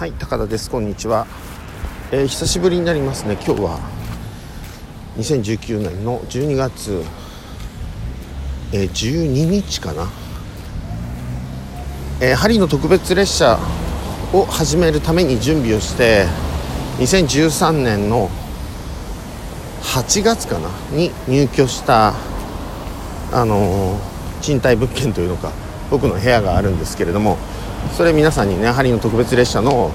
はい、高田です。こんにちは。久しぶりになりますね。今日は2019年の12月、12日かな。針の特別列車を始めるために準備をして2013年の8月かなに入居した賃貸物件というのか僕の部屋があるんですけれども、それ皆さんにね針の特別列車の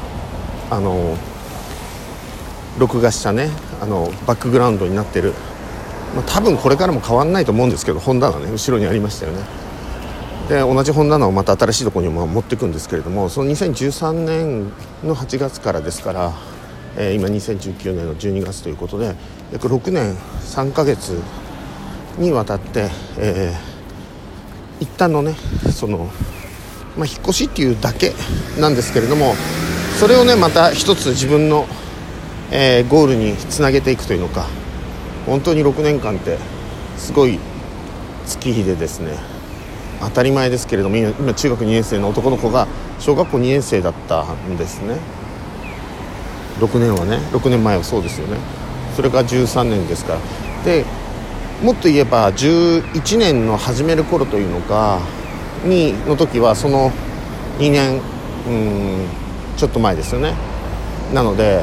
録画したねバックグラウンドになってる、多分これからも変わんないと思うんですけど本棚ね後ろにありましたよね。で同じ本棚をまた新しいところにも持っていくんですけれども、その2013年の8月からですから、今2019年の12月ということで約6年3ヶ月にわたって、一旦のね引っ越しっていうだけなんですけれども、それをねまた一つ自分の、ゴールにつなげていくというのか、本当に6年間ってすごい月日でですね、当たり前ですけれども今中学2年生の男の子が小学校2年生だったんですね。6年前はそうですよね。それから13年ですから。でもっと言えば11年の始める頃というのかの時はその2年ちょっと前ですよね。なので、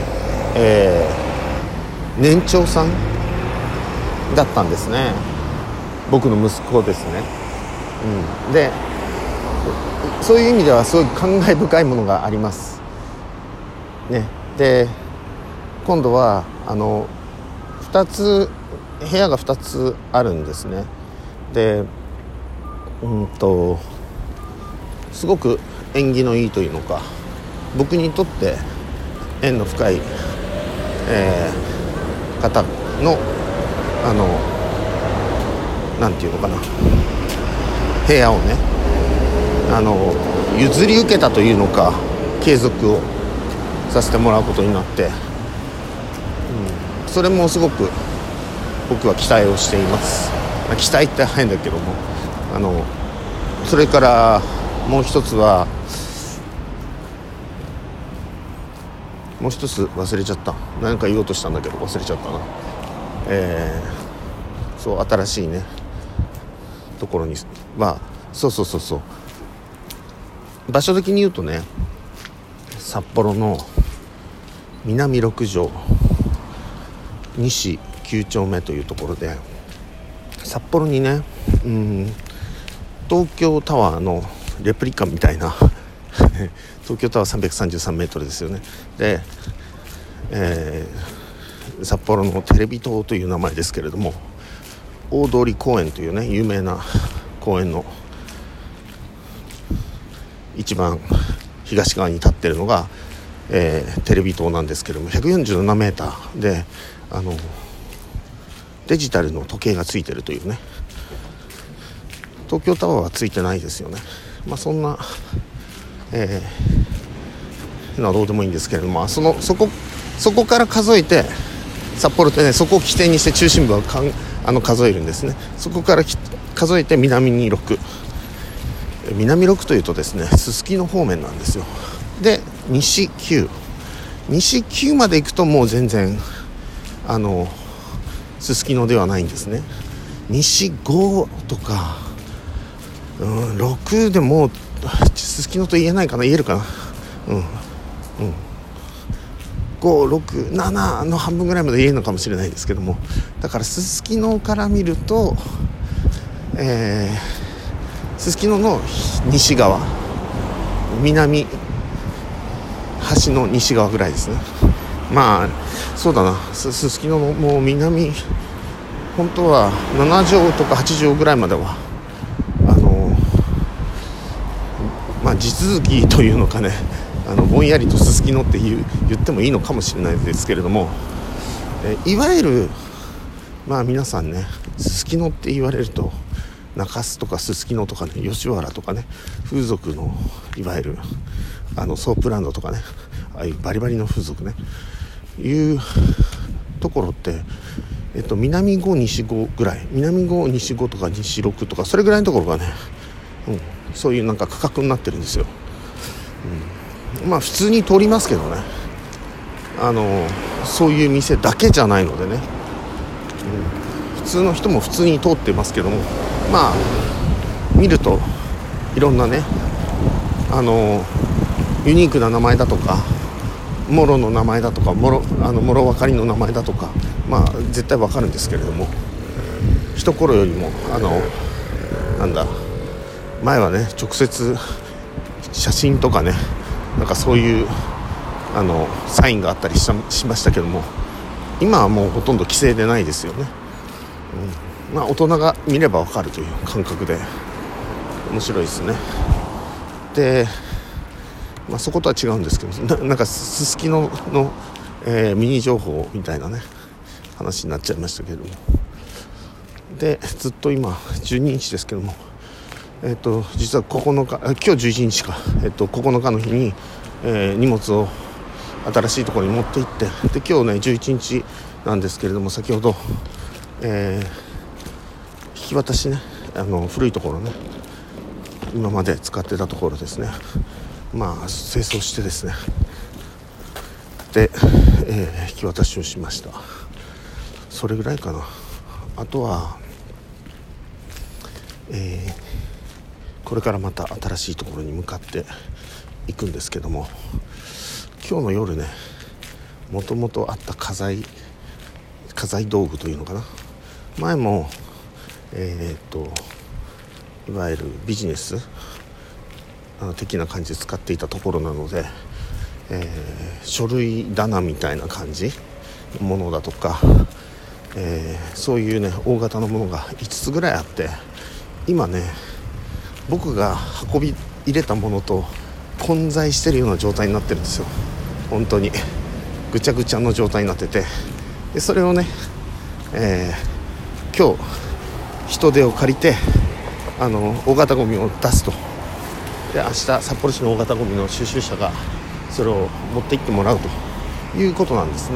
年長さんだったんですね、僕の息子ですね。でそういう意味ではすごい感慨深いものがありますね。で今度は2つ部屋が2つあるんですね。ですごく縁起のいいというのか、僕にとって縁の深い、方のなんていうのかな、部屋をね譲り受けたというのか継続をさせてもらうことになって、それもすごく僕は期待をしています。期待って変だけどもそれからもう一つ忘れちゃった。何か言おうとしたんだけど忘れちゃったな。そう新しいねところにそう場所的に言うとね、札幌の南6条西9丁目というところで、札幌にね東京タワーのレプリカみたいな東京タワー333メートルですよね。で、札幌のテレビ塔という名前ですけれども、大通公園というね有名な公園の一番東側に立っているのが、テレビ塔なんですけれども、147メーターでデジタルの時計がついてるというね。東京タワーはついてないですよね。そんなどうでもいいんですけれども、そこから数えて、札幌ってねそこを起点にして中心部は数えるんですね。そこから数えて南に6というとですねすすきの方面なんですよ。で西9まで行くともう全然すすきのではないんですね。西5とか6でもうすすきのと言えないかな、言えるかな。5、6、7の半分ぐらいまで言えるのかもしれないですけども、だからすすきのから見るとすすきのの西側、南端の西側ぐらいですね。そうだな、すすきののもう南、本当は7条とか8条ぐらいまでは地続きというのかね、ぼんやりとすすきのって言ってもいいのかもしれないですけれども、いわゆる皆さんねすすきのって言われると中洲とかすすきのとかね吉原とかね風俗のいわゆるソープランドとかね、ああいうバリバリの風俗ねいうところって、南5西5ぐらい、南5西5とか西6とかそれぐらいのところがね、そういうなんか区画になってるんですよ。 まあ普通に通りますけどね、そういう店だけじゃないのでね、普通の人も普通に通ってますけども、まあ見るといろんなねユニークな名前だとか、もろの名前だとか、もろ分かりの名前だとか、まあ絶対分かるんですけれども、一頃よりも前はね直接写真とかね、なんかそういうサインがあったりしましたけども、今はもうほとんど規制でないですよね。まあ大人が見れば分かるという感覚で面白いですね。で、まあ、そことは違うんですけど、なんかすすきのミニ情報みたいなね話になっちゃいましたけれども、でずっと今12日ですけども、実は9日、今日11日か、9日の日に、荷物を新しいところに持って行って、で今日ね11日なんですけれども、先ほど、引き渡しね、古いところね、今まで使ってたところですね、まあ清掃してですね、で、引き渡しをしました。それぐらいかな。あとは、これからまた新しいところに向かっていくんですけども、今日の夜ね、もともとあった家財道具というのかな、前もいわゆるビジネス的な感じで使っていたところなので、書類棚みたいな感じのものだとか、そういうね大型のものが5つぐらいあって、今ね僕が運び入れたものと混在してるような状態になってるんですよ。本当にぐちゃぐちゃの状態になってて、でそれをね、今日人手を借りて大型ゴミを出すと。で明日札幌市の大型ゴミの収集車がそれを持って行ってもらうということなんですね。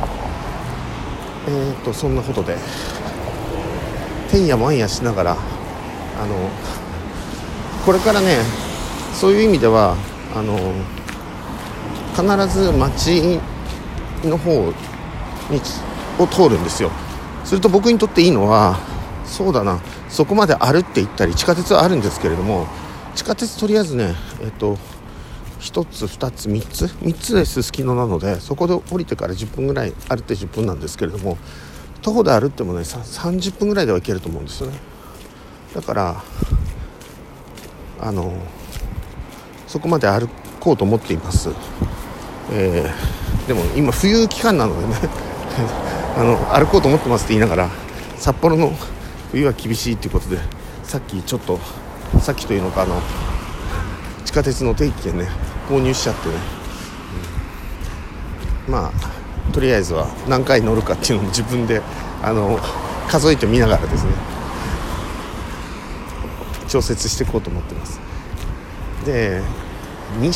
そんなことでてんやわんやしながらこれからね、そういう意味では必ず町の方を通るんですよ。それと僕にとっていいのは、そうだな、そこまで歩って行ったり、地下鉄はあるんですけれども、地下鉄とりあえずね1つ2つ3つでススキノなので、そこで降りてから10分ぐらい、歩って10分なんですけれども、徒歩で歩ってもね30分ぐらいでは行けると思うんですよね。だからそこまで歩こうと思っています。でも今冬期間なのでね歩こうと思ってますって言いながら、札幌の冬は厳しいっていうことで、さっきというのか地下鉄の定期券ね購入しちゃってね、まあとりあえずは何回乗るかっていうのも自分で数えてみながらですね調節していこうと思ってます。で何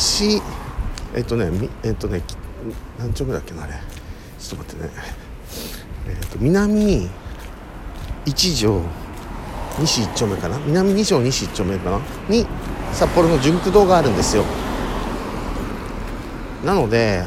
丁目だっけな、あれちょっと待ってね、南一条西1丁目かな、南2条西1丁目かなに札幌の純駆堂があるんですよ。なので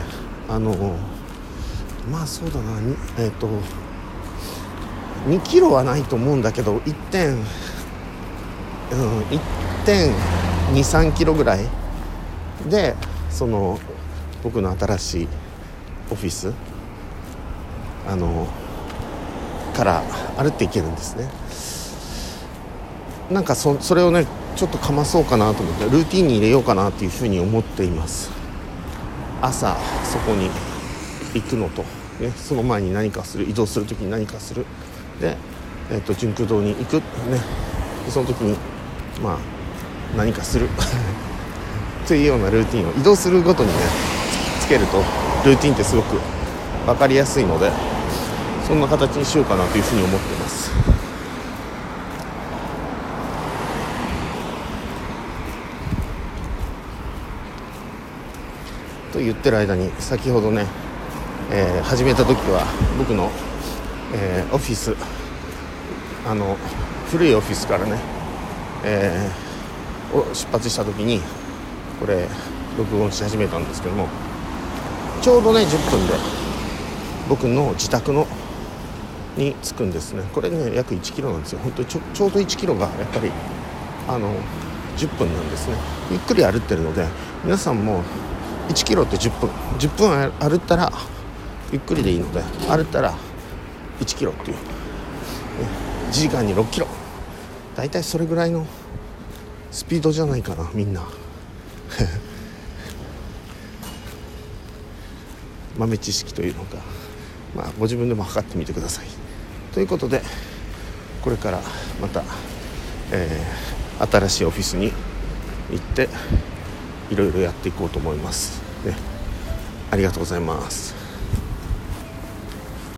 まあそうだな、2キロはないと思うんだけど、1.23 キロぐらいで、その僕の新しいオフィスから歩っていけるんですね。なんかそれをねちょっとかまそうかなと思って、ルーティンに入れようかなっていうふうに思っています。朝そこに行くのと、ね、その前に何かする、移動するときに何かするで、純駆堂に行く、ね、でその時にまあ何かするというようなルーティンを移動するごとにねつけると、ルーティンってすごく分かりやすいので、そんな形にしようかなというふうに思っています。と言ってる間に、先ほどね、始めた時は僕の、オフィス古いオフィスからね、を出発した時に、これ録音し始めたんですけども、ちょうどね10分で僕の自宅に着くんですね。これね約1キロなんですよ。本当にちょうど1キロがやっぱり10分なんですね。ゆっくり歩ってるので、皆さんも1キロって10分歩ったらゆっくりでいいので、歩ったら1キロっていう、1時間に6キロ、だいたいそれぐらいのスピードじゃないかな、みんな豆知識というのか、ご自分でも測ってみてください。ということで、これからまた、新しいオフィスに行っていろいろやっていこうと思います、ね。ありがとうございます。